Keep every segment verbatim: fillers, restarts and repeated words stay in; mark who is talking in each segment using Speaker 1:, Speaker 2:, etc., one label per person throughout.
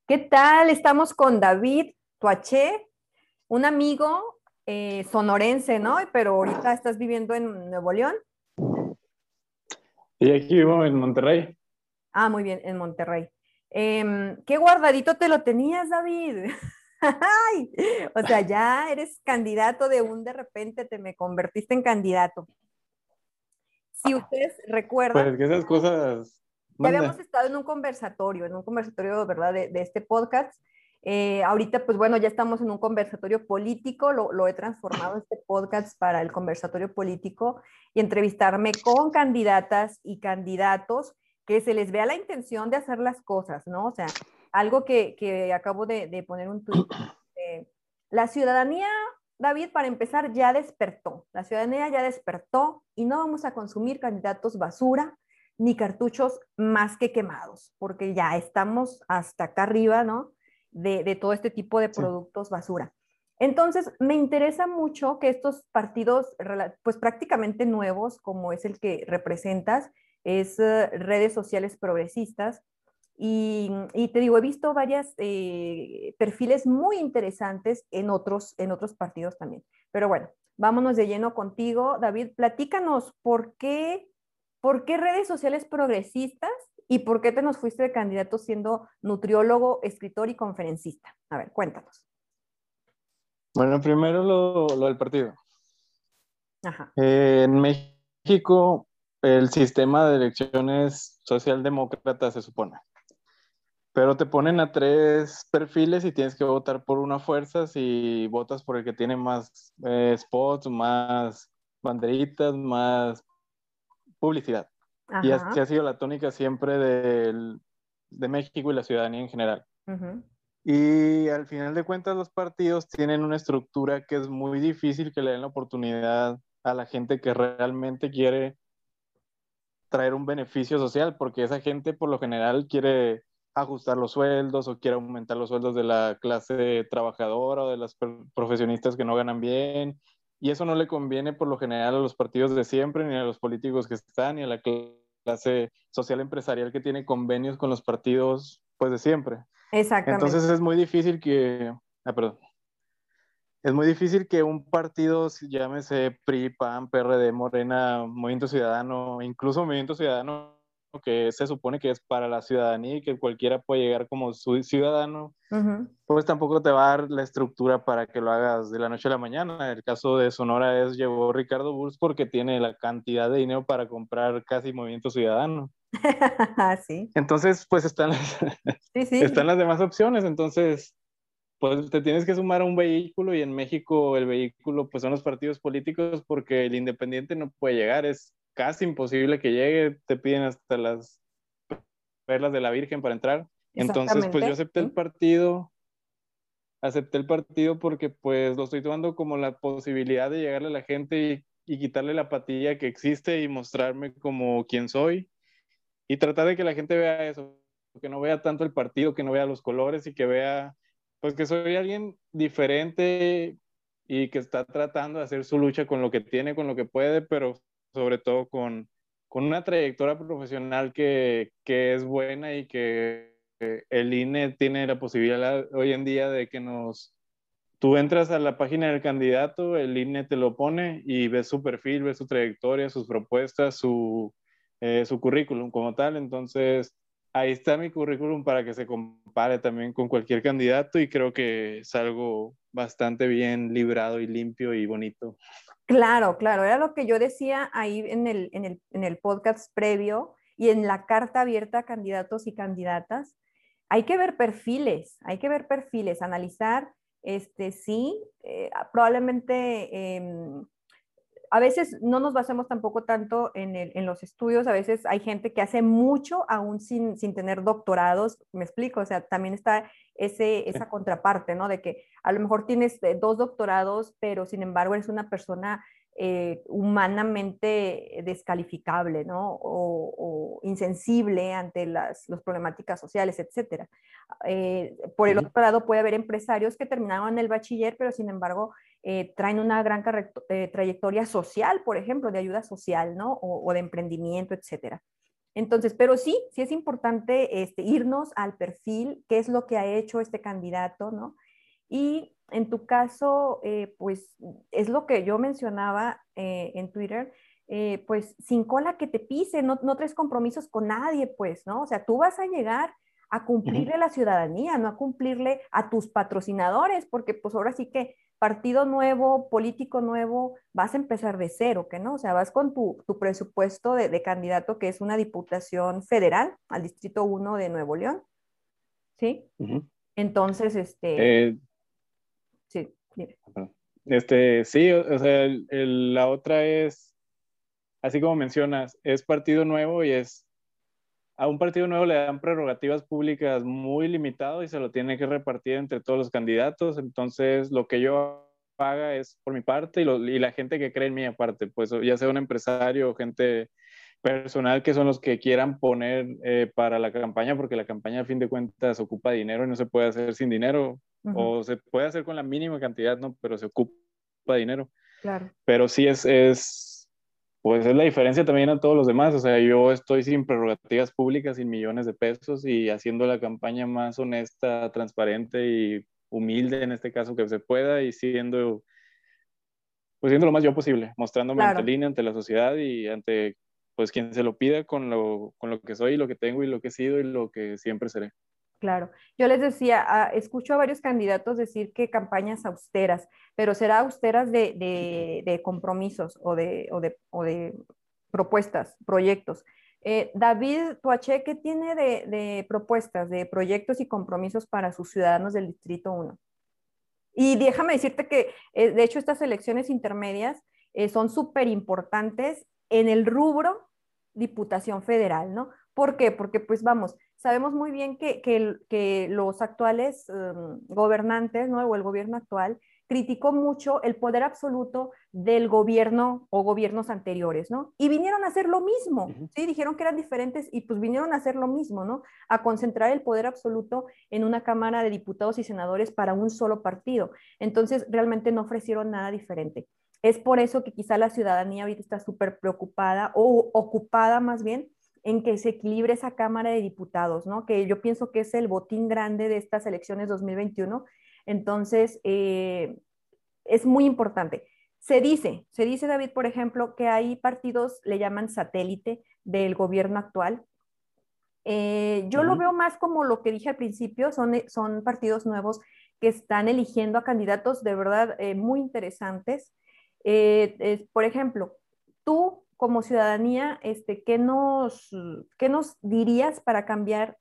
Speaker 1: ¿Qué tal? Estamos con David Tuaché, un amigo eh, sonorense, ¿no? Pero ahorita estás viviendo en Nuevo León.
Speaker 2: Y aquí vivo en Monterrey.
Speaker 1: Ah, muy bien, en Monterrey. Em, ¿qué guardadito te lo tenías, David? Ay, o sea, ya eres candidato de un de repente te me convertiste en candidato. Si ustedes recuerdan,
Speaker 2: Pues que esas cosas
Speaker 1: ya habíamos
Speaker 2: manda.
Speaker 1: estado en un conversatorio, en un conversatorio, ¿verdad?, de, de este podcast. Eh, ahorita, pues bueno, ya estamos en un conversatorio político, lo, lo he transformado este podcast para el conversatorio político y entrevistarme con candidatas y candidatos que se les vea la intención de hacer las cosas, ¿no? O sea, algo que, que acabo de, de poner un tuit. Eh, la ciudadanía, David, para empezar, ya despertó. La ciudadanía ya despertó y no vamos a consumir candidatos basura ni cartuchos más que quemados, porque ya estamos hasta acá arriba, ¿no? De, de todo este tipo de
Speaker 2: Sí.
Speaker 1: productos basura. Entonces, me interesa mucho que estos partidos, pues prácticamente nuevos, como es el que representas, es uh, redes sociales progresistas, y, y, te digo, he visto varios eh, perfiles muy interesantes en otros, en otros partidos también. Pero bueno, vámonos de lleno contigo, David. Platícanos por qué, por qué redes sociales progresistas y por qué te nos fuiste de candidato siendo nutriólogo, escritor y conferencista. A ver, cuéntanos.
Speaker 2: Bueno, primero lo, lo del partido.
Speaker 1: Ajá.
Speaker 2: Eh, en México, el sistema de elecciones socialdemócrata se supone. Pero te ponen a tres perfiles y tienes que votar por una fuerza si votas por el que tiene más eh, spots, más banderitas, más publicidad. Y así
Speaker 1: Ajá.
Speaker 2: ha sido la tónica siempre del- de México y la ciudadanía en general.
Speaker 1: Uh-huh.
Speaker 2: Y al final de cuentas los partidos tienen una estructura que es muy difícil que le den la oportunidad a la gente que realmente quiere traer un beneficio social, porque esa gente por lo general quiere ajustar los sueldos o quiere aumentar los sueldos de la clase trabajadora o de las profesionistas que no ganan bien. Y eso no le conviene por lo general a los partidos de siempre, ni a los políticos que están, ni a la clase social empresarial que tiene convenios con los partidos pues de siempre. Entonces
Speaker 1: Exactamente.
Speaker 2: es muy difícil que, ah, perdón, es muy difícil que un partido, llámese P R I, P A N, P R D, Morena, Movimiento Ciudadano, incluso Movimiento Ciudadano, que se supone que es para la ciudadanía y que cualquiera puede llegar como su ciudadano,
Speaker 1: Uh-huh.
Speaker 2: pues tampoco te va a dar la estructura para que lo hagas de la noche a la mañana. El caso de Sonora es, llegó Ricardo Burs porque tiene la cantidad de dinero para comprar casi Movimiento Ciudadano.
Speaker 1: Sí,
Speaker 2: Entonces, pues están las,
Speaker 1: sí,
Speaker 2: están
Speaker 1: sí.
Speaker 2: las demás opciones. Entonces, pues te tienes que sumar a un vehículo y en México el vehículo pues son los partidos políticos porque el independiente no puede llegar, es casi imposible que llegue, te piden hasta las perlas de la Virgen para entrar. Entonces pues yo
Speaker 1: Exactamente.
Speaker 2: acepté el
Speaker 1: Sí.
Speaker 2: partido, acepté el partido porque pues lo estoy tomando como la posibilidad de llegarle a la gente y, y quitarle la apatía que existe y mostrarme como quien soy y tratar de que la gente vea eso, que no vea tanto el partido, que no vea los colores y que vea, pues que soy alguien diferente y que está tratando de hacer su lucha con lo que tiene, con lo que puede, pero sobre todo con, con una trayectoria profesional que, que es buena y que el I N E tiene la posibilidad hoy en día de que nos... Tú entras a la página del candidato, el I N E te lo pone y ves su perfil, ves su trayectoria, sus propuestas, su, eh, su currículum como tal. Entonces, ahí está mi currículum para que se compare también con cualquier candidato y creo que es algo bastante bien librado y limpio y bonito.
Speaker 1: Claro, claro, era lo que yo decía ahí en el, en el, en el podcast previo y en la carta abierta a candidatos y candidatas. Hay que ver perfiles, hay que ver perfiles, analizar, este, sí, eh, probablemente eh, a veces no nos basamos tampoco tanto en, el, en, los estudios, a veces hay gente que hace mucho aún sin, sin tener doctorados, me explico, o sea, también está ese,
Speaker 2: Sí.
Speaker 1: esa contraparte, ¿no? De que a lo mejor tienes eh, dos doctorados, pero sin embargo eres una persona eh, humanamente descalificable, ¿no? O, o insensible ante las, las, problemáticas sociales, etcétera. Eh, por el
Speaker 2: Uh -huh.
Speaker 1: otro lado, puede haber empresarios que terminaron el bachiller, pero sin embargo eh, traen una gran eh, trayectoria social, por ejemplo, de ayuda social, ¿no? O, o de emprendimiento, etcétera. Entonces, pero sí, sí es importante este, irnos al perfil, qué es lo que ha hecho este candidato, ¿no? Y en tu caso, eh, pues es lo que yo mencionaba eh, en Twitter, eh, pues sin cola que te pise, no, no traes compromisos con nadie, pues, ¿no? O sea, tú vas a llegar a
Speaker 2: Ujú.
Speaker 1: cumplirle a la ciudadanía, no a cumplirle a tus patrocinadores, porque pues ahora sí que partido nuevo, político nuevo, vas a empezar de cero, ¿que no? O sea, vas con tu, tu presupuesto de, de candidato, que es una diputación federal al Distrito uno de Nuevo León, ¿sí?
Speaker 2: Ujú.
Speaker 1: Entonces, este,
Speaker 2: Eh,
Speaker 1: sí, dime.
Speaker 2: este, sí, o, o sea, el- el- la otra es, así como mencionas, es partido nuevo y es, a un partido nuevo le dan prerrogativas públicas muy limitado y se lo tiene que repartir entre todos los candidatos. Entonces, lo que yo haga es por mi parte y, lo- y la gente que cree en mí aparte, pues ya sea un empresario o gente personal que son los que quieran poner eh, para la campaña, porque la campaña a fin de cuentas ocupa dinero y no se puede hacer sin dinero,
Speaker 1: Ujú,
Speaker 2: o se puede hacer con la mínima cantidad, ¿no? Pero se ocupa dinero.
Speaker 1: claro,
Speaker 2: Pero sí es, es, pues es la diferencia también a todos los demás. O sea, yo estoy sin prerrogativas públicas, sin millones de pesos y haciendo la campaña más honesta, transparente y humilde en este caso que se pueda y siendo, pues siendo lo más yo posible, mostrándome ante el
Speaker 1: claro.
Speaker 2: I N E, ante la sociedad y ante pues quien se lo pida con lo, con lo que soy y lo que tengo y lo que he sido y lo que siempre seré.
Speaker 1: Claro, yo les decía, ah, escucho a varios candidatos decir que campañas austeras, pero será austeras de, de- de compromisos o de, o de, o de propuestas, proyectos. Eh, David Tuache, ¿qué tiene de, de propuestas, de proyectos y compromisos para sus ciudadanos del Distrito uno? Y déjame decirte que, eh, de hecho, estas elecciones intermedias eh, son súper importantes en el rubro Diputación Federal, ¿no? ¿Por qué? Porque, pues vamos, sabemos muy bien que, que, el- que los actuales um, gobernantes, ¿no? O el gobierno actual criticó mucho el poder absoluto del gobierno o gobiernos anteriores, ¿no? Y vinieron a hacer lo mismo,
Speaker 2: Ujú.
Speaker 1: ¿sí? Dijeron que eran diferentes y pues vinieron a hacer lo mismo, ¿no? A concentrar el poder absoluto en una Cámara de Diputados y Senadores para un solo partido. Entonces, realmente no ofrecieron nada diferente. Es por eso que quizá la ciudadanía ahorita está súper preocupada o ocupada más bien en que se equilibre esa Cámara de Diputados, ¿no? Que yo pienso que es el botín grande de estas elecciones dos mil veintiuno. Entonces, eh, es muy importante. Se dice, se dice, David, por ejemplo, que hay partidos, le llaman satélite del gobierno actual. Eh, yo lo
Speaker 2: Ujú.
Speaker 1: veo más como lo que dije al principio, son, eh, son partidos nuevos que están eligiendo a candidatos de verdad eh, muy interesantes. Eh, es, por ejemplo, tú como ciudadanía, este, ¿qué nos, qué nos dirías para cambiar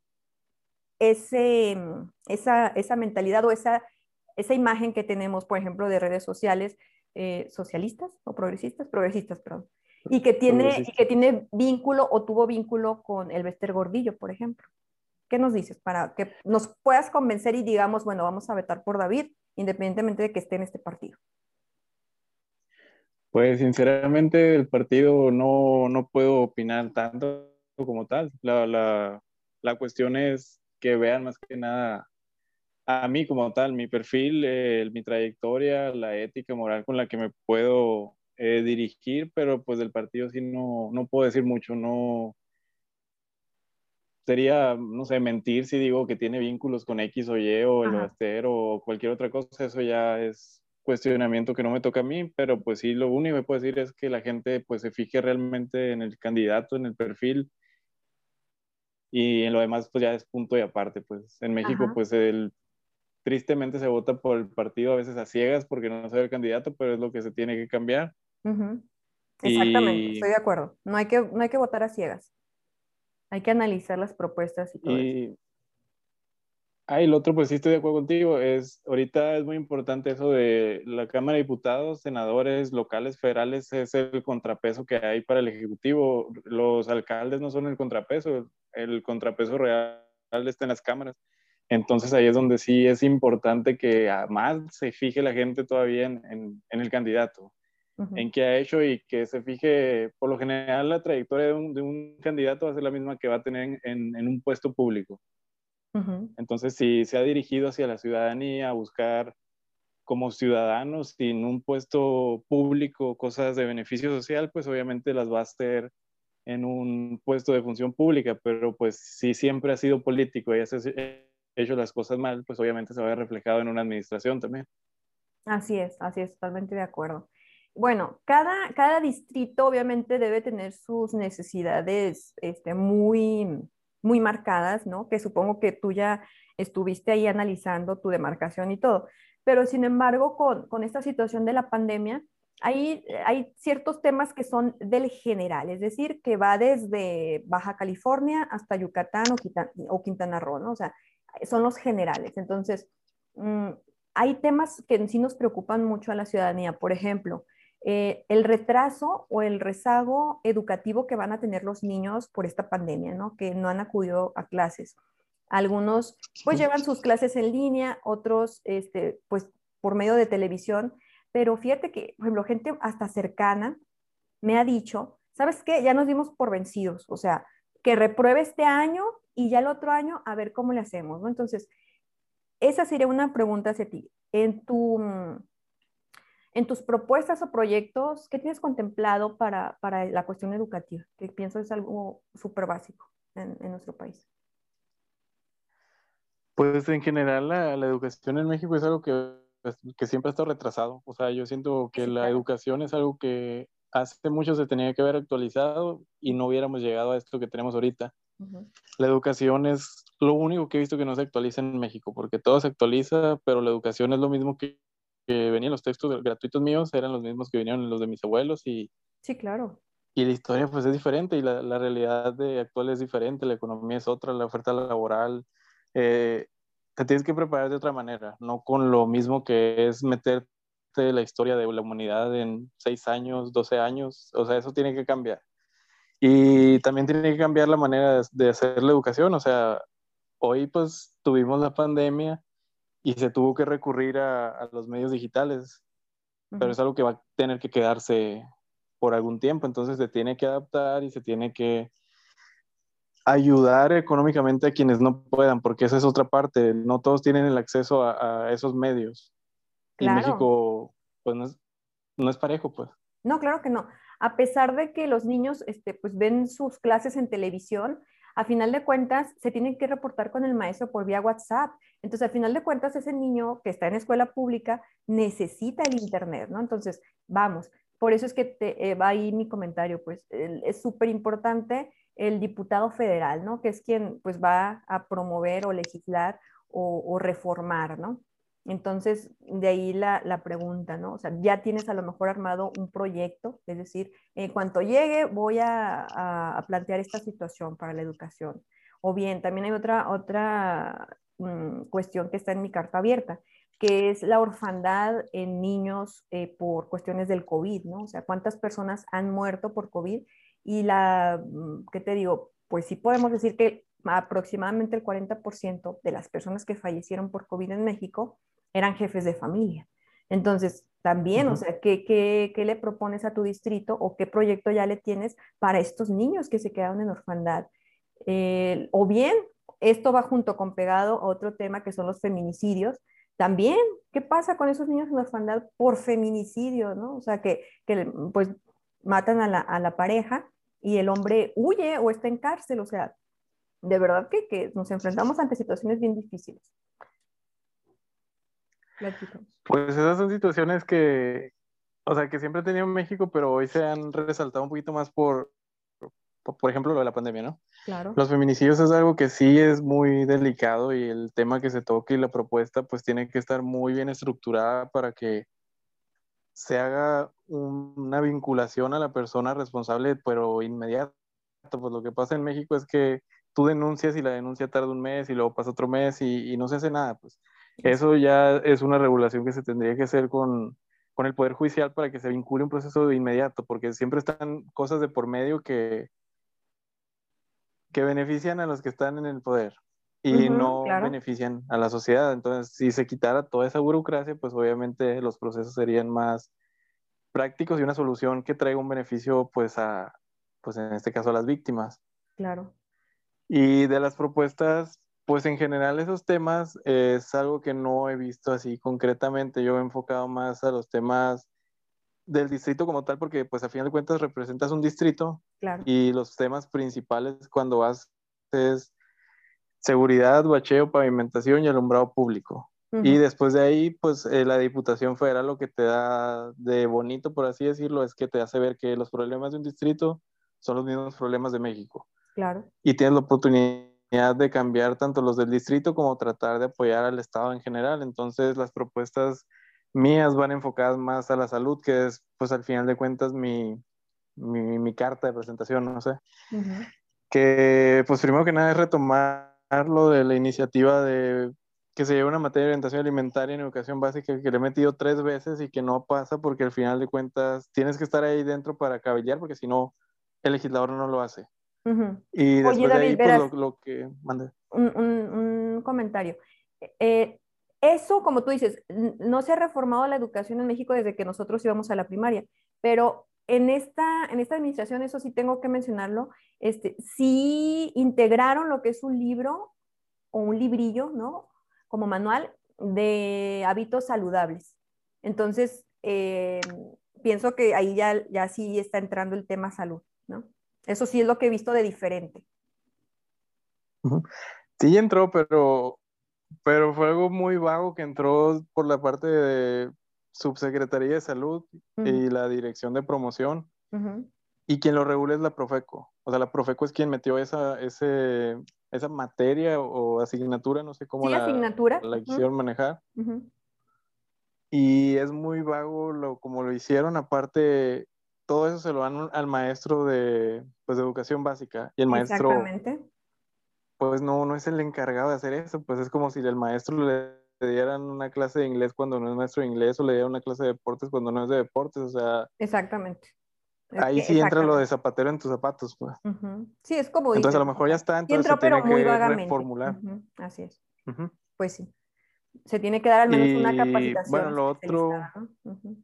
Speaker 1: ese, mm, esa, esa mentalidad o esa, esa imagen que tenemos, por ejemplo, de redes sociales eh, socialistas o progresistas, progresistas, perdón, y que tiene, y que
Speaker 2: Progresista.
Speaker 1: tiene vínculo o tuvo vínculo con el Bester Gordillo, por ejemplo? ¿Qué nos dices para que nos puedas convencer y digamos, bueno, vamos a vetar por David, independientemente de que esté en este partido?
Speaker 2: Pues sinceramente del partido no, no puedo opinar tanto como tal. La, la, la cuestión es que vean más que nada a mí como tal, mi perfil, eh, mi trayectoria, la ética moral con la que me puedo eh, dirigir, pero pues del partido sí no, no puedo decir mucho, no sería, no sé, mentir si digo que tiene vínculos con X o Y o el
Speaker 1: Ajá.
Speaker 2: Baster o cualquier otra cosa, eso ya es cuestionamiento que no me toca a mí, pero pues sí, lo único que puedo decir es que la gente pues se fije realmente en el candidato, en el perfil y en lo demás pues ya es punto y aparte, pues en México
Speaker 1: Ajá.
Speaker 2: pues el tristemente se vota por el partido a veces a ciegas porque no sabe el candidato, pero es lo que se tiene que cambiar.
Speaker 1: Ujú. Exactamente, estoy
Speaker 2: Y,
Speaker 1: de acuerdo. No hay que, no hay que votar a ciegas. Hay que analizar las propuestas y todo eso.
Speaker 2: y ah, y el otro, pues sí estoy de acuerdo contigo, es ahorita es muy importante eso de la Cámara de Diputados, senadores locales, federales, es el contrapeso que hay para el Ejecutivo. Los alcaldes no son el contrapeso, el contrapeso real está en las cámaras. Entonces ahí es donde sí es importante que más se fije la gente todavía en, en, en el candidato,
Speaker 1: Ujú,
Speaker 2: en qué ha hecho y que se fije, por lo general, la trayectoria de un, de un candidato va a ser la misma que va a tener en, en un puesto público.
Speaker 1: ujú.
Speaker 2: Entonces, si se ha dirigido hacia la ciudadanía, a buscar como ciudadanos sin un puesto público cosas de beneficio social, pues obviamente las va a hacer en un puesto de función pública, pero pues si siempre has sido político y has hecho las cosas mal, pues obviamente se va a ver reflejado en una administración también.
Speaker 1: Así es, así es, totalmente de acuerdo. Bueno, cada, cada distrito obviamente debe tener sus necesidades este, muy, muy marcadas, ¿no? Que supongo que tú ya estuviste ahí analizando tu demarcación y todo. Pero sin embargo, con, con esta situación de la pandemia, hay, hay ciertos temas que son del general, es decir, que va desde Baja California hasta Yucatán o, Quita- o Quintana Roo, ¿no? O sea, son los generales. Entonces, mm, hay temas que sí nos preocupan mucho a la ciudadanía. Por ejemplo, eh, el retraso o el rezago educativo que van a tener los niños por esta pandemia, ¿no? Que no han acudido a clases. Algunos pues llevan sus clases en línea, otros este, pues por medio de televisión, pero fíjate que, por ejemplo, gente hasta cercana me ha dicho, ¿sabes qué? Ya nos dimos por vencidos, o sea, que repruebe este año y ya el otro año a ver cómo le hacemos, ¿no? Entonces, esa sería una pregunta hacia ti. En tu, en tus propuestas o proyectos, ¿qué tienes contemplado para, para la cuestión educativa? Que pienso es algo súper básico en, en nuestro país.
Speaker 2: Pues en general la, la educación en México es algo que, pues, que siempre ha estado retrasado. O sea, yo siento
Speaker 1: Sí,
Speaker 2: que
Speaker 1: sí,
Speaker 2: la
Speaker 1: claro.
Speaker 2: educación es algo que hace mucho se tenía que haber actualizado y no hubiéramos llegado a esto que tenemos ahorita.
Speaker 1: Ujú.
Speaker 2: La educación es lo único que he visto que no se actualiza en México, porque todo se actualiza, pero la educación es lo mismo que, que venían los textos gratuitos míos, eran los mismos que venían los de mis abuelos y,
Speaker 1: Sí, claro.
Speaker 2: y la historia pues es diferente y la, la realidad de actual es diferente, la economía es otra, la oferta laboral, eh, te tienes que preparar de otra manera, no con lo mismo que es meterte la historia de la humanidad en seis años, doce años, o sea, eso tiene que cambiar. Y también tiene que cambiar la manera de, de hacer la educación, o sea, hoy pues tuvimos la pandemia y se tuvo que recurrir a, a los medios digitales, pero
Speaker 1: Ujú.
Speaker 2: es algo que va a tener que quedarse por algún tiempo, entonces se tiene que adaptar y se tiene que ayudar económicamente a quienes no puedan, porque esa es otra parte, no todos tienen el acceso a, a esos medios y
Speaker 1: Claro.
Speaker 2: México pues no es, no es parejo pues.
Speaker 1: No, claro que no. A pesar de que los niños este, pues ven sus clases en televisión, a final de cuentas se tienen que reportar con el maestro por vía WhatsApp. Entonces, a final de cuentas, ese niño que está en escuela pública necesita el Internet, ¿no? Entonces, vamos, por eso es que te, eh, va ahí mi comentario, pues el, es súper importante el diputado federal, ¿no? Que es quien pues va a promover o legislar o, o reformar, ¿no? Entonces, de ahí la, la, pregunta, ¿no? O sea, ya tienes a lo mejor armado un proyecto, es decir, en cuanto llegue voy a, a, a plantear esta situación para la educación. O bien, también hay otra, otra um, cuestión que está en mi carta abierta, que es la orfandad en niños eh, por cuestiones del COVID, ¿no? O sea, cuántas personas han muerto por COVID y la, mm, ¿qué te digo? Pues sí podemos decir que aproximadamente el cuarenta por ciento de las personas que fallecieron por COVID en México eran jefes de familia. Entonces, también, o
Speaker 2: Uh-huh.
Speaker 1: sea, ¿qué, qué, qué le propones a tu distrito o qué proyecto ya le tienes para estos niños que se quedaron en orfandad? Eh, o bien, esto va junto con pegado a otro tema que son los feminicidios. También, ¿qué pasa con esos niños en orfandad por feminicidio, ¿no? O sea, que, que pues matan a la, a la pareja y el hombre huye o está en cárcel. O sea, de verdad que, que nos enfrentamos ante situaciones bien difíciles. Platicamos.
Speaker 2: Pues esas son situaciones que, o sea, que siempre ha tenido México, pero hoy se han resaltado un poquito más por, por, por ejemplo, lo de la pandemia, ¿no?
Speaker 1: Claro.
Speaker 2: Los feminicidios es algo que sí es muy delicado y el tema que se toque y la propuesta pues tiene que estar muy bien estructurada para que se haga un- una vinculación a la persona responsable, pero inmediato. Pues lo que pasa en México es que tú denuncias y la denuncia tarda un mes y luego pasa otro mes y, y no se hace nada. Pues
Speaker 1: Así.
Speaker 2: eso ya es una regulación que se tendría que hacer con, con el Poder Judicial para que se vincule un proceso de inmediato, porque siempre están cosas de por medio que, que benefician a los que están en el poder y
Speaker 1: Ujú,
Speaker 2: no
Speaker 1: claro,
Speaker 2: benefician a la sociedad. Entonces, si se quitara toda esa burocracia, pues obviamente los procesos serían más prácticos y una solución que traiga un beneficio, pues a, pues en este caso a las víctimas.
Speaker 1: claro.
Speaker 2: Y de las propuestas, pues en general esos temas eh, es algo que no he visto así concretamente. Yo he enfocado más a los temas del distrito como tal, porque pues a final de cuentas representas un distrito
Speaker 1: Claro.
Speaker 2: y los temas principales cuando vas es seguridad, bacheo, pavimentación y alumbrado público.
Speaker 1: Ujú,
Speaker 2: Y después de ahí, pues eh, la Diputación Federal lo que te da de bonito, por así decirlo, es que te hace ver que los problemas de un distrito son los mismos problemas de México.
Speaker 1: claro.
Speaker 2: Y tienes la oportunidad de cambiar tanto los del distrito como tratar de apoyar al Estado en general. Entonces, las propuestas mías van enfocadas más a la salud, que es, pues al final de cuentas, mi, mi, mi carta de presentación, no sé.
Speaker 1: Ujú.
Speaker 2: Que, pues primero que nada es retomar lo de la iniciativa de que se lleve una materia de orientación alimentaria en educación básica que le he metido tres veces y que no pasa porque al final de cuentas tienes que estar ahí dentro para cabildear porque si no, el legislador no lo hace.
Speaker 1: Ujú.
Speaker 2: Y
Speaker 1: Oye,
Speaker 2: después de ahí,
Speaker 1: David,
Speaker 2: pues
Speaker 1: verás,
Speaker 2: lo, lo que mande.
Speaker 1: un, un- un comentario. Eh, eso, como tú dices, n- no se ha reformado la educación en México desde que nosotros íbamos a la primaria, pero en esta, en esta administración, eso sí tengo que mencionarlo, este, sí integraron lo que es un libro o un librillo, ¿no? Como manual de hábitos saludables. Entonces, eh, pienso que ahí ya, ya sí está entrando el tema salud, ¿no? Eso sí es lo que he visto de diferente.
Speaker 2: Ujú. Sí entró, pero, pero fue algo muy vago que entró por la parte de Subsecretaría de Salud
Speaker 1: Ujú,
Speaker 2: y la Dirección de Promoción.
Speaker 1: ujú.
Speaker 2: Y quien lo regula es la Profeco. O sea, la Profeco es quien metió esa, ese, esa materia o asignatura, no sé cómo
Speaker 1: Sí,
Speaker 2: la,
Speaker 1: asignatura.
Speaker 2: la
Speaker 1: Ujú,
Speaker 2: quisieron manejar.
Speaker 1: ujú.
Speaker 2: Y es muy vago lo, como lo hicieron. Aparte, todo eso se lo dan al maestro de, pues, de educación básica. Y el maestro,
Speaker 1: Exactamente.
Speaker 2: pues no, no es el encargado de hacer eso. Pues es como si el maestro le, le dieran una clase de inglés cuando no es maestro de inglés o le dieran una clase de deportes cuando no es de deportes. O sea,
Speaker 1: Exactamente. Es
Speaker 2: ahí
Speaker 1: que,
Speaker 2: sí entra lo de
Speaker 1: exactamente.
Speaker 2: zapatero en tus zapatos, pues.
Speaker 1: Ujú. Sí, es como
Speaker 2: Entonces a
Speaker 1: dices,
Speaker 2: lo
Speaker 1: ¿no? O
Speaker 2: mejor ya
Speaker 1: sea,
Speaker 2: está,
Speaker 1: sí
Speaker 2: entonces se
Speaker 1: entró, pero
Speaker 2: tiene
Speaker 1: muy
Speaker 2: que
Speaker 1: vagamente.
Speaker 2: reformular.
Speaker 1: Ujú, así es.
Speaker 2: Ujú.
Speaker 1: Pues sí. Se tiene que dar al menos una
Speaker 2: Y
Speaker 1: capacitación
Speaker 2: bueno, lo otro,
Speaker 1: especializada, ¿no? Ujú.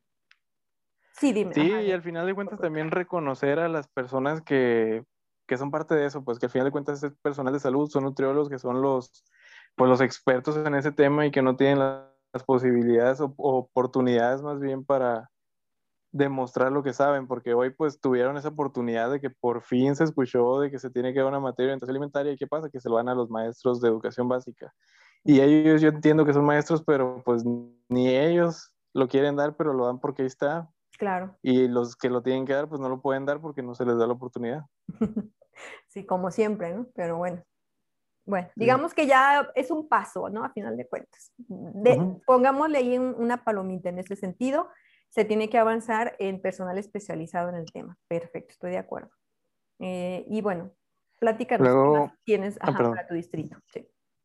Speaker 1: Sí, dime.
Speaker 2: sí,
Speaker 1: Ajá,
Speaker 2: y
Speaker 1: dime.
Speaker 2: al final de cuentas también reconocer a las personas que, que son parte de eso, pues que al final de cuentas es personal de salud, son nutriólogos que son los, pues, los expertos en ese tema y que no tienen la- las posibilidades o o oportunidades más bien para demostrar lo que saben, porque hoy pues tuvieron esa oportunidad de que por fin se escuchó de que se tiene que dar una materia de orientación alimentaria y qué pasa, que se lo dan a los maestros de educación básica. Y ellos yo entiendo que son maestros, pero pues ni ellos lo quieren dar, pero lo dan porque ahí está.
Speaker 1: Claro.
Speaker 2: Y los que lo tienen que dar, pues no lo pueden dar porque no se les da la oportunidad.
Speaker 1: Sí, como siempre, ¿no? Pero bueno. Bueno,
Speaker 2: Sí.
Speaker 1: digamos que ya es un paso, ¿no? A final de cuentas. De,
Speaker 2: Ujú.
Speaker 1: pongámosle ahí un- una palomita en ese sentido. Se tiene que avanzar en personal especializado en el tema. Perfecto, estoy de acuerdo. Eh, y bueno, platícanos, ¿qué más
Speaker 2: Luego,
Speaker 1: tienes,
Speaker 2: ah,
Speaker 1: ajá,
Speaker 2: perdón.
Speaker 1: para tu distrito? Sí.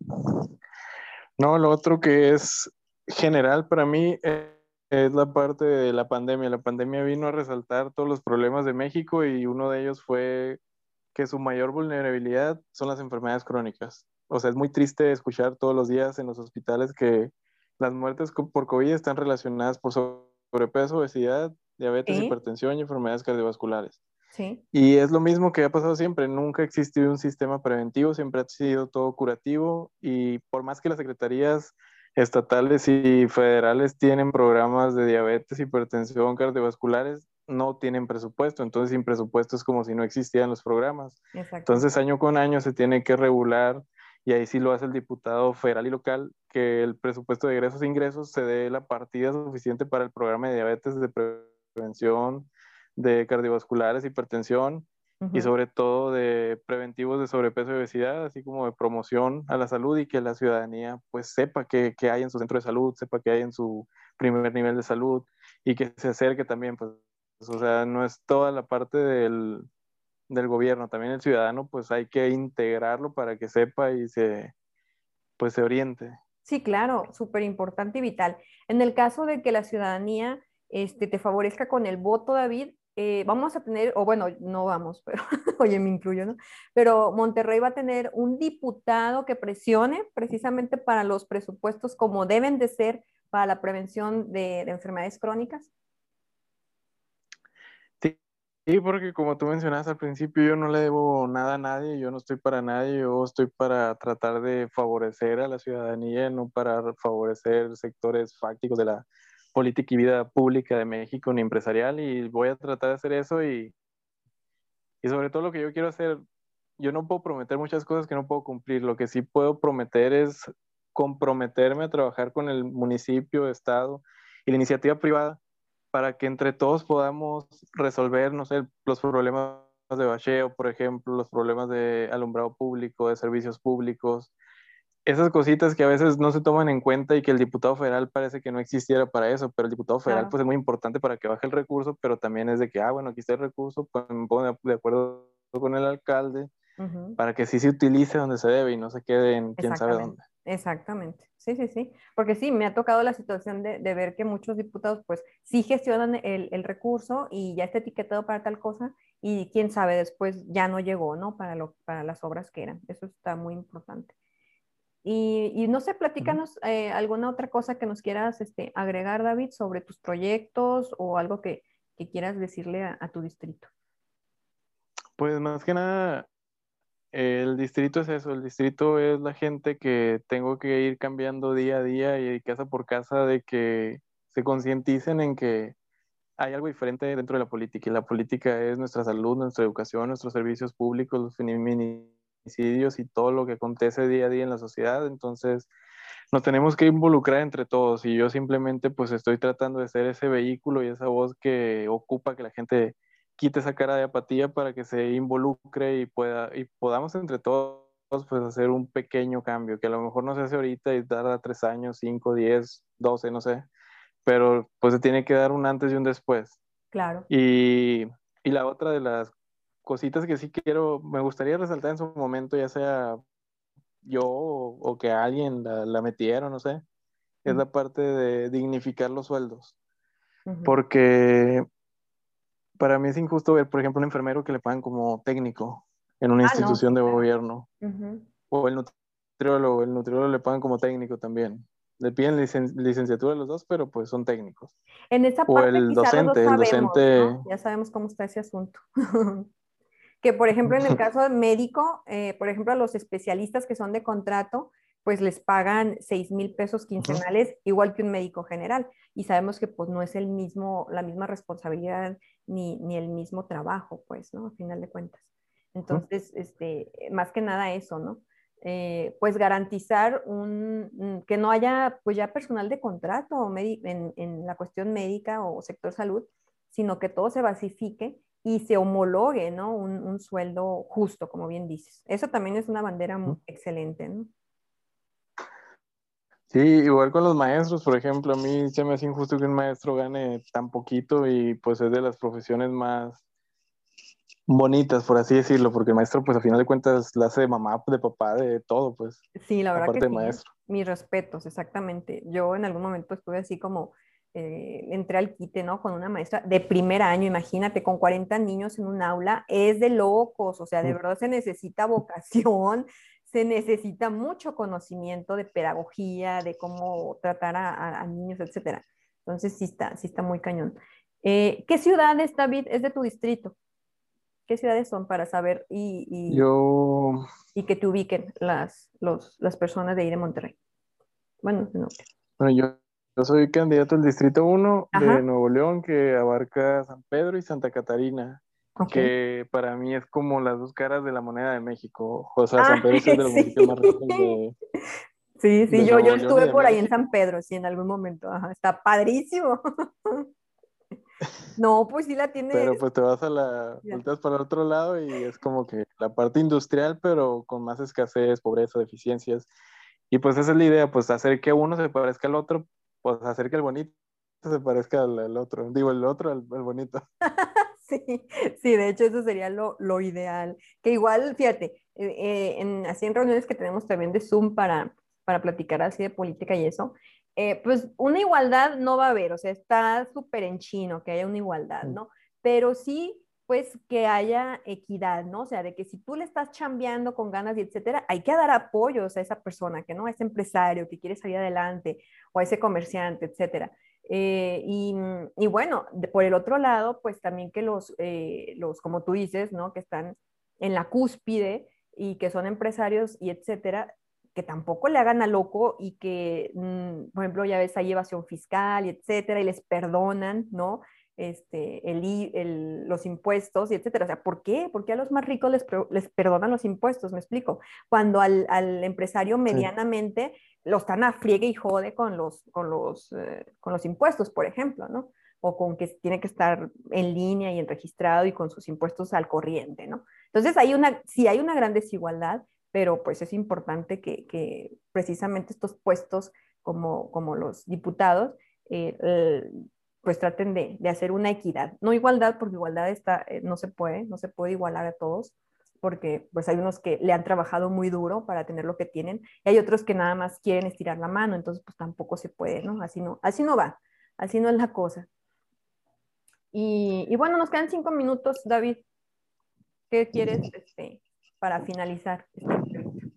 Speaker 2: No, lo otro que es general para mí eh, es la parte de la pandemia. La pandemia vino a resaltar todos los problemas de México y uno de ellos fue que su mayor vulnerabilidad son las enfermedades crónicas. O sea, es muy triste escuchar todos los días en los hospitales que las muertes co- por COVID están relacionadas por sobrepeso, obesidad, diabetes,
Speaker 1: Sí,
Speaker 2: hipertensión y enfermedades cardiovasculares.
Speaker 1: sí.
Speaker 2: Y es lo mismo que ha pasado siempre, nunca ha existido un sistema preventivo, siempre ha sido todo curativo y por más que las secretarías estatales y federales tienen programas de diabetes, hipertensión, cardiovasculares, no tienen presupuesto, entonces sin presupuesto es como si no existieran los programas.
Speaker 1: Exacto.
Speaker 2: Entonces año con año se tiene que regular y ahí sí lo hace el diputado federal y local, que el presupuesto de egresos e ingresos se dé la partida suficiente para el programa de diabetes, de prevención, de cardiovasculares, hipertensión y
Speaker 1: Ujú.
Speaker 2: sobre todo de preventivos de sobrepeso y obesidad, así como de promoción a la salud y que la ciudadanía pues sepa qué, qué hay en su centro de salud, sepa qué hay en su primer nivel de salud y que se acerque también, pues, o sea, no es toda la parte del, del gobierno, también el ciudadano pues hay que integrarlo para que sepa y se, pues, se oriente.
Speaker 1: Sí, claro, súper importante y vital. En el caso de que la ciudadanía este, te favorezca con el voto, David, eh, vamos a tener, o bueno, no vamos, pero oye, me incluyo, ¿no? Pero Monterrey va a tener un diputado que presione precisamente para los presupuestos como deben de ser para la prevención de, de enfermedades crónicas.
Speaker 2: Sí, sí, porque como tú mencionabas al principio, yo no le debo nada a nadie, yo no estoy para nadie, yo estoy para tratar de favorecer a la ciudadanía, no para favorecer sectores fácticos de la, política y vida pública de México ni empresarial, y voy a tratar de hacer eso y, y sobre todo lo que yo quiero hacer, yo no puedo prometer muchas cosas que no puedo cumplir. Lo que sí puedo prometer es comprometerme a trabajar con el municipio, estado y la iniciativa privada para que entre todos podamos resolver, no sé, los problemas de bacheo, por ejemplo, los problemas de alumbrado público, de servicios públicos, esas cositas que a veces no se toman en cuenta y que el diputado federal parece que no existiera para eso, pero el diputado federal
Speaker 1: Claro.
Speaker 2: pues es muy importante para que baje el recurso, pero también es de que, ah, bueno, aquí está el recurso, pues me pongo de de acuerdo con el alcalde
Speaker 1: Ujú.
Speaker 2: para que sí se utilice donde se debe y no se quede en quién sabe
Speaker 1: Exactamente,
Speaker 2: dónde.
Speaker 1: exactamente. Sí, sí, sí. Porque sí, me ha tocado la situación de, de ver que muchos diputados, pues, sí gestionan el, el recurso y ya está etiquetado para tal cosa y quién sabe, después ya no llegó, ¿no? Para lo, para las obras que eran. Eso está muy importante. Y, y no sé,
Speaker 2: Ujú.
Speaker 1: platícanos eh, alguna otra cosa que nos quieras este, agregar, David, sobre tus proyectos o algo que, que quieras decirle a, a tu distrito.
Speaker 2: Pues más que nada, el distrito es eso, el distrito es la gente que tengo que ir cambiando día a día y casa por casa de que se concienticen en que hay algo diferente dentro de la política y la política es nuestra salud, nuestra educación, nuestros servicios públicos, los feminicidios y todo lo que acontece día a día en la sociedad. Entonces, nos tenemos que involucrar entre todos y yo simplemente pues estoy tratando de ser ese vehículo y esa voz que ocupa que la gente quite esa cara de apatía para que se involucre y pueda y podamos entre todos pues hacer un pequeño cambio que a lo mejor no se hace ahorita y tarda tres años, cinco, diez, doce, no sé, pero pues se tiene que dar un antes y un después.
Speaker 1: Claro.
Speaker 2: Y, y la otra de las cositas que sí quiero, me gustaría resaltar en su momento, ya sea yo o, o que alguien la, la metiera, no sé, es
Speaker 1: Ujú,
Speaker 2: la parte de dignificar los sueldos.
Speaker 1: ujú.
Speaker 2: Porque para mí es injusto ver, por ejemplo, un enfermero que le pagan como técnico en una
Speaker 1: Ah, no,
Speaker 2: institución
Speaker 1: sí,
Speaker 2: de
Speaker 1: claro.
Speaker 2: gobierno.
Speaker 1: Ujú.
Speaker 2: O el nutriólogo, el nutriólogo le pagan como técnico también. Le piden licen- licenciatura a los dos, pero pues son técnicos.
Speaker 1: En esa
Speaker 2: O
Speaker 1: parte
Speaker 2: el
Speaker 1: quizá los dos
Speaker 2: docente, el
Speaker 1: sabemos,
Speaker 2: docente.
Speaker 1: ¿no? Ya sabemos cómo está ese asunto. Que, por ejemplo, en el caso de médico, eh, por ejemplo, a los especialistas que son de contrato, pues les pagan seis mil pesos quincenales, igual que un médico general. Y sabemos que pues no es el mismo, la misma responsabilidad ni, ni el mismo trabajo, pues, ¿no? A final de cuentas. Entonces, este, más que nada eso, ¿no? Eh, pues garantizar un, un- que no haya pues ya personal de contrato o medi- en, en la cuestión médica o sector salud, sino que todo se basifique y se homologue, ¿no? Un, un sueldo justo, como bien dices. Eso también es una bandera mu- excelente, ¿no?
Speaker 2: Sí, igual con los maestros, por ejemplo, a mí se me hace injusto que un maestro gane tan poquito y pues es de las profesiones más bonitas, por así decirlo, porque el maestro pues a final de cuentas la hace de mamá, de papá, de todo, pues,
Speaker 1: Sí, la verdad que
Speaker 2: aparte de
Speaker 1: sí.
Speaker 2: maestro.
Speaker 1: Mis respetos, exactamente. Yo en algún momento estuve así como, eh, entré al quite, ¿no? Con una maestra de primer año, imagínate, con cuarenta niños en un aula, es de locos, o sea, de verdad se necesita vocación, se necesita mucho conocimiento de pedagogía, de cómo tratar a, a- a niños, etcétera. Entonces sí está, sí está muy cañón. Eh, ¿qué ciudades, David, es de tu distrito? ¿Qué ciudades son para saber y,
Speaker 2: Yo,
Speaker 1: y que te ubiquen las, los, las personas de ahí de Monterrey? Bueno, no.
Speaker 2: bueno, yo, yo soy candidato al Distrito uno de
Speaker 1: Ajá,
Speaker 2: Nuevo León que abarca San Pedro y Santa Catarina,
Speaker 1: ok.
Speaker 2: que para mí es como las dos caras de la moneda de México. O sea, San
Speaker 1: Ah,
Speaker 2: Pedro es de los
Speaker 1: sí.
Speaker 2: municipios más ricos de,
Speaker 1: Sí, sí,
Speaker 2: de
Speaker 1: yo, yo
Speaker 2: Nuevo León y
Speaker 1: estuve
Speaker 2: de
Speaker 1: por ahí en
Speaker 2: México.
Speaker 1: San Pedro, sí, en algún momento. Ajá, está padrísimo. No, pues sí la
Speaker 2: Pero
Speaker 1: tienes.
Speaker 2: pues te vas a la,
Speaker 1: Ya.
Speaker 2: volteas para el otro lado y es como que la parte industrial, pero con más escasez, pobreza, deficiencias. Y pues esa es la idea, pues hacer que uno se parezca al otro, pues hacer que el bonito se parezca al, al otro. Digo, el otro al, al bonito.
Speaker 1: Sí, sí, de hecho eso sería lo, lo ideal. Que igual, fíjate, eh, eh, en, así en reuniones que tenemos también de Zoom para, para platicar así de política y eso, eh, pues una igualdad no va a haber, o sea, está súper en chino que haya una igualdad,
Speaker 2: Mm.
Speaker 1: ¿no? Pero sí, pues que haya equidad, ¿no? O sea, de que si tú le estás chambeando con ganas y etcétera, hay que dar apoyos a esa persona, que no, a ese empresario que quiere salir adelante o a ese comerciante, etcétera. Eh, y, y, bueno, de, por el otro lado, pues también que los, eh, los, como tú dices, ¿no? Que están en la cúspide y que son empresarios y etcétera, que tampoco le hagan a loco y que, mm, por ejemplo, ya ves, hay evasión fiscal y etcétera, y les perdonan, ¿no? Este, el, el, los impuestos y etcétera. O sea, ¿por qué? ¿Por qué a los más ricos les, les perdonan los impuestos? Me explico. Cuando al, al empresario medianamente sí. lo están a friegue y jode con los, con los, eh, con los impuestos, por ejemplo, ¿no? O con que tiene que estar en línea y en registrado y con sus impuestos al corriente, ¿no? Entonces, hay una, sí hay una gran desigualdad, pero pues es importante que, que precisamente estos puestos como, como los diputados eh, eh, pues traten de, de, hacer una equidad, no igualdad, porque igualdad está, eh, no se puede, no se puede igualar a todos, porque pues hay unos que le han trabajado muy duro para tener lo que tienen, y hay otros que nada más quieren estirar la mano, entonces pues tampoco se puede, ¿no? Así no, así no va, así no es la cosa. Y, y bueno, nos quedan cinco minutos, David. ¿Qué quieres este, para finalizar esta entrevista?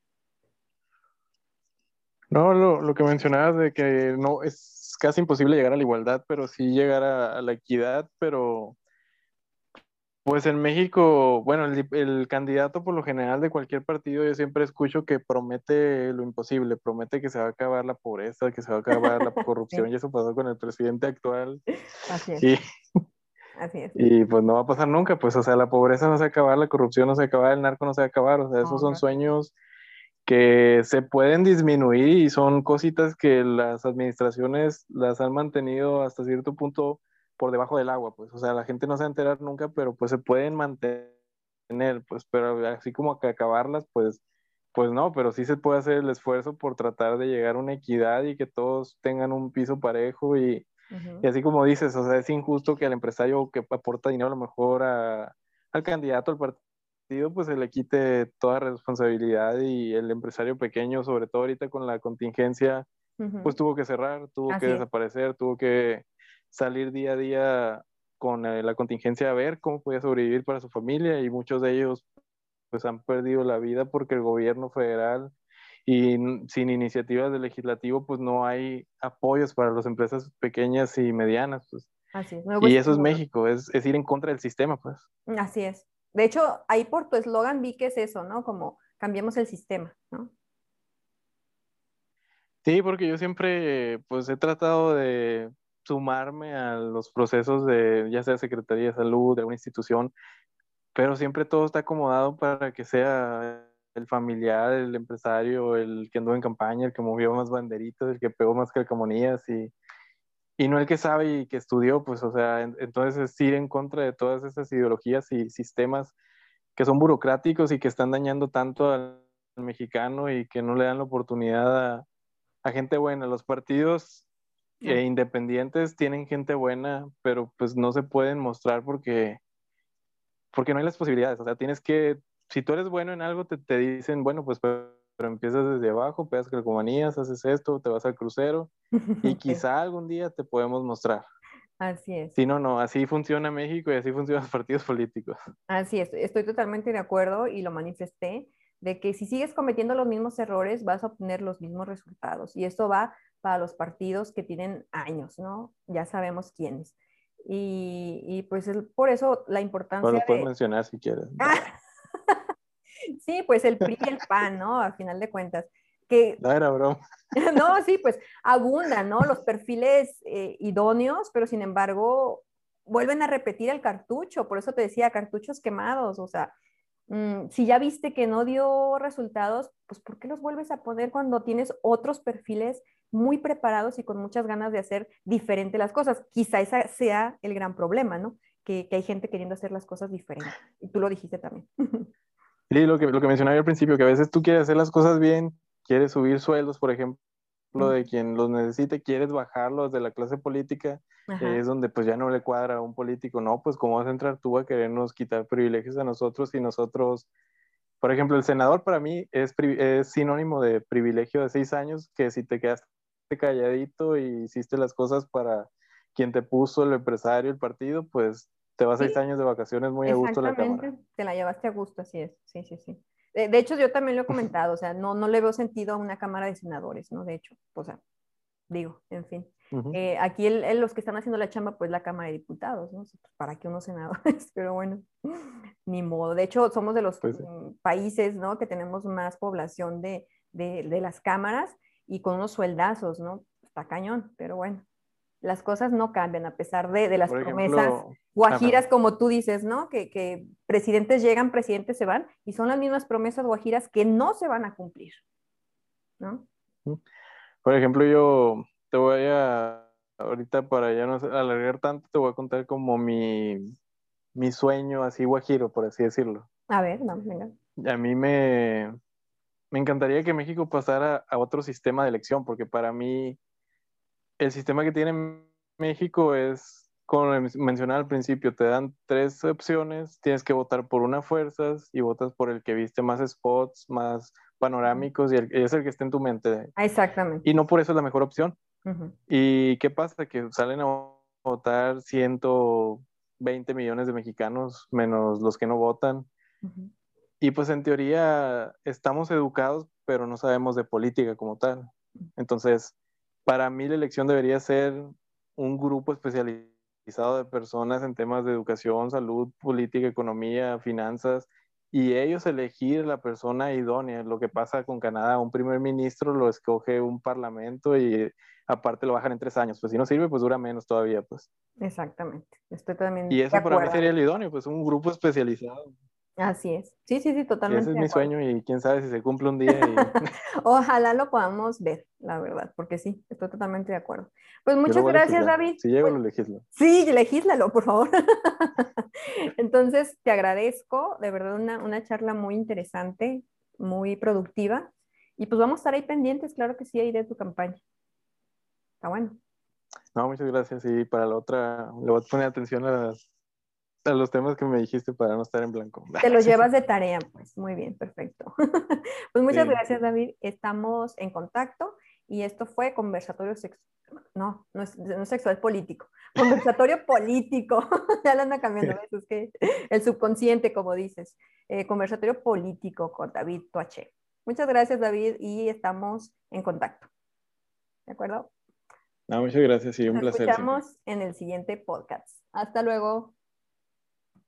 Speaker 2: No, lo, lo que mencionabas de que no es casi imposible llegar a la igualdad, pero sí llegar a, a la equidad, pero pues en México, bueno, el, el candidato por lo general de cualquier partido, yo siempre escucho que promete lo imposible, promete que se va a acabar la pobreza, que se va a acabar la corrupción,
Speaker 1: Sí.
Speaker 2: y eso pasó con el presidente actual.
Speaker 1: Así es.
Speaker 2: Y,
Speaker 1: Así es.
Speaker 2: y pues no va a pasar nunca, pues o sea, la pobreza no se va a acabar, la corrupción no se va a acabar, el narco no se va a acabar, o sea, esos
Speaker 1: No,
Speaker 2: son
Speaker 1: claro.
Speaker 2: sueños que se pueden disminuir y son cositas que las administraciones las han mantenido hasta cierto punto por debajo del agua, pues, o sea, la gente no se va a enterar nunca, pero pues se pueden mantener, pues, pero así como que acabarlas, pues, pues no, pero sí se puede hacer el esfuerzo por tratar de llegar a una equidad y que todos tengan un piso parejo y,
Speaker 1: Uh-huh.
Speaker 2: y así como dices, o sea, es injusto que al empresario que aporta dinero a lo mejor a, al candidato, al partido, pues se le quite toda responsabilidad y el empresario pequeño, sobre todo ahorita con la contingencia,
Speaker 1: Uh-huh.
Speaker 2: pues tuvo que cerrar, tuvo que
Speaker 1: Así es.
Speaker 2: desaparecer, tuvo que salir día a día con eh, la contingencia a ver cómo podía sobrevivir para su familia y muchos de ellos pues han perdido la vida porque el gobierno federal y sin iniciativas del legislativo pues no hay apoyos para las empresas pequeñas y medianas, pues.
Speaker 1: Así es. Nuevo
Speaker 2: Y eso es
Speaker 1: estímulo.
Speaker 2: México, es, es ir en contra del sistema, pues.
Speaker 1: Así es. De hecho, ahí por tu eslogan vi que es eso, ¿no? Como cambiemos el sistema, ¿no?
Speaker 2: Sí, porque yo siempre pues he tratado de sumarme a los procesos de ya sea Secretaría de Salud, de una institución, pero siempre todo está acomodado para que sea el familiar, el empresario, el que anduvo en campaña, el que movió más banderitas, el que pegó más calcamonías y, y no el que sabe y que estudió, pues, o sea, en- entonces es ir en contra de todas esas ideologías y sistemas que son burocráticos y que están dañando tanto al mexicano y que no le dan la oportunidad a, a gente buena. Los partidos eh,
Speaker 1: Así.
Speaker 2: independientes tienen gente buena, pero pues no se pueden mostrar porque porque no hay las posibilidades, o sea, tienes que, si tú eres bueno en algo, te, te dicen, bueno, pues pero, pero empiezas desde abajo, pegas calcomanías, haces esto, te vas al crucero y
Speaker 1: Sí.
Speaker 2: quizá algún día te podemos mostrar.
Speaker 1: Así es.
Speaker 2: Si no, no, así funciona México y así funcionan los partidos políticos.
Speaker 1: Así es. Estoy totalmente de acuerdo y lo manifesté de que si sigues cometiendo los mismos errores vas a obtener los mismos resultados. Y esto va para los partidos que tienen años, ¿no? Ya sabemos quiénes. Y, y pues el, por eso la
Speaker 2: Pero
Speaker 1: importancia
Speaker 2: los puedes
Speaker 1: de...
Speaker 2: mencionar si quieres.
Speaker 1: Ah, sí, pues el P R I y el P A N, ¿no? A final de cuentas. Que
Speaker 2: No era broma.
Speaker 1: no, sí, pues abundan, ¿no? Los perfiles eh, idóneos, pero sin embargo vuelven a repetir el cartucho, por eso te decía, cartuchos quemados, o sea, mmm, si ya viste que no dio resultados, pues ¿por qué los vuelves a poner cuando tienes otros perfiles muy preparados y con muchas ganas de hacer diferente las cosas? Quizá ese sea el gran problema, ¿no? Que, que hay gente queriendo hacer las cosas diferentes. Y tú lo dijiste también.
Speaker 2: Sí, lo que, lo que mencionaba al principio, que a veces tú quieres hacer las cosas bien, quieres subir sueldos, por ejemplo, de quien los necesite, quieres bajarlos de la clase política, eh,
Speaker 1: Ajá.
Speaker 2: es donde pues ya no le cuadra a un político, no, pues cómo vas a entrar tú a querernos quitar privilegios a nosotros y nosotros, por ejemplo, el senador para mí es, es sinónimo de privilegio de seis años, que si te quedaste calladito y hiciste las cosas para quien te puso, el empresario, el partido, pues te vas seis
Speaker 1: Sí,
Speaker 2: años de vacaciones muy a gusto a la Cámara.
Speaker 1: exactamente, te la llevaste a gusto, así es, sí, sí, sí. De, de hecho, yo también lo he comentado, o sea, no, no le veo sentido a una Cámara de Senadores, ¿no? De hecho, o sea, digo, en fin.
Speaker 2: Uh -huh.
Speaker 1: Eh, aquí el, el, los que están haciendo la chamba, pues la Cámara de Diputados, ¿no? Pues, ¿para qué unos senadores? Pero bueno, ni modo. De hecho, somos de los
Speaker 2: Pues sí.
Speaker 1: mm, países, ¿no? Que tenemos más población de, de, de las cámaras y con unos sueldazos, ¿no? Está cañón, pero bueno, las cosas no cambian a pesar de, de las
Speaker 2: Por
Speaker 1: promesas
Speaker 2: ejemplo,
Speaker 1: guajiras,
Speaker 2: ajá,
Speaker 1: como tú dices, ¿no? Que, que presidentes llegan, presidentes se van, y son las mismas promesas guajiras que no se van a cumplir, ¿no?
Speaker 2: por ejemplo, yo te voy a, ahorita para ya no alargar tanto, te voy a contar como mi, mi sueño así guajiro, por así decirlo.
Speaker 1: A ver, no, venga.
Speaker 2: A mí me, me encantaría que México pasara a otro sistema de elección, porque para mí el sistema que tiene México es, como mencionaba al principio, te dan tres opciones, tienes que votar por una fuerzas y votas por el que viste más spots, más panorámicos y, el, y es el que está en tu mente.
Speaker 1: Ah, exactamente.
Speaker 2: Y no por eso es la mejor opción.
Speaker 1: Uh-huh.
Speaker 2: ¿Y qué pasa? Que salen a votar ciento veinte millones de mexicanos, menos los que no votan.
Speaker 1: Uh-huh.
Speaker 2: Y pues en teoría estamos educados, pero no sabemos de política como tal. Entonces, para mí la elección debería ser un grupo especializado de personas en temas de educación, salud, política, economía, finanzas, y ellos elegir la persona idónea. Lo que pasa con Canadá, un primer ministro lo escoge un parlamento y aparte lo bajan en tres años. Pues si no sirve, pues dura menos todavía, pues.
Speaker 1: Exactamente. Estoy también
Speaker 2: Y
Speaker 1: de
Speaker 2: eso para mí sería
Speaker 1: acuerdo.
Speaker 2: el idóneo, pues un grupo especializado.
Speaker 1: Así es. Sí, sí, sí,
Speaker 2: Y ese
Speaker 1: totalmente
Speaker 2: es
Speaker 1: de
Speaker 2: mi
Speaker 1: acuerdo.
Speaker 2: sueño y quién sabe si se cumple un día y
Speaker 1: Ojalá lo podamos ver, la verdad, porque sí, estoy totalmente de acuerdo. Pues
Speaker 2: yo lo
Speaker 1: muchas
Speaker 2: voy a
Speaker 1: gracias,
Speaker 2: legislar.
Speaker 1: David.
Speaker 2: Si llego,
Speaker 1: Pues
Speaker 2: lo legislo.
Speaker 1: sí, legíslalo, por favor. Entonces, te agradezco, de verdad, una, una charla muy interesante, muy productiva. Y pues vamos a estar ahí pendientes, claro que sí, ahí de tu campaña. Está bueno.
Speaker 2: No, muchas gracias. Y para la otra, le voy a poner atención a, las- a los temas que me dijiste para no estar en blanco.
Speaker 1: Te lo llevas de tarea, pues muy bien, perfecto. Pues muchas
Speaker 2: Sí,
Speaker 1: gracias, David. Estamos en contacto y esto fue conversatorio sexual. No, no es, no es sexual, político. Conversatorio político. Ya lo anda cambiando, ¿ves? Es que el subconsciente, como dices. Eh, conversatorio político con David Toache. Muchas gracias, David, y estamos en contacto. ¿De acuerdo?
Speaker 2: no, muchas gracias y
Speaker 1: Nos
Speaker 2: un placer siempre.
Speaker 1: escuchamos en el siguiente podcast. Hasta luego.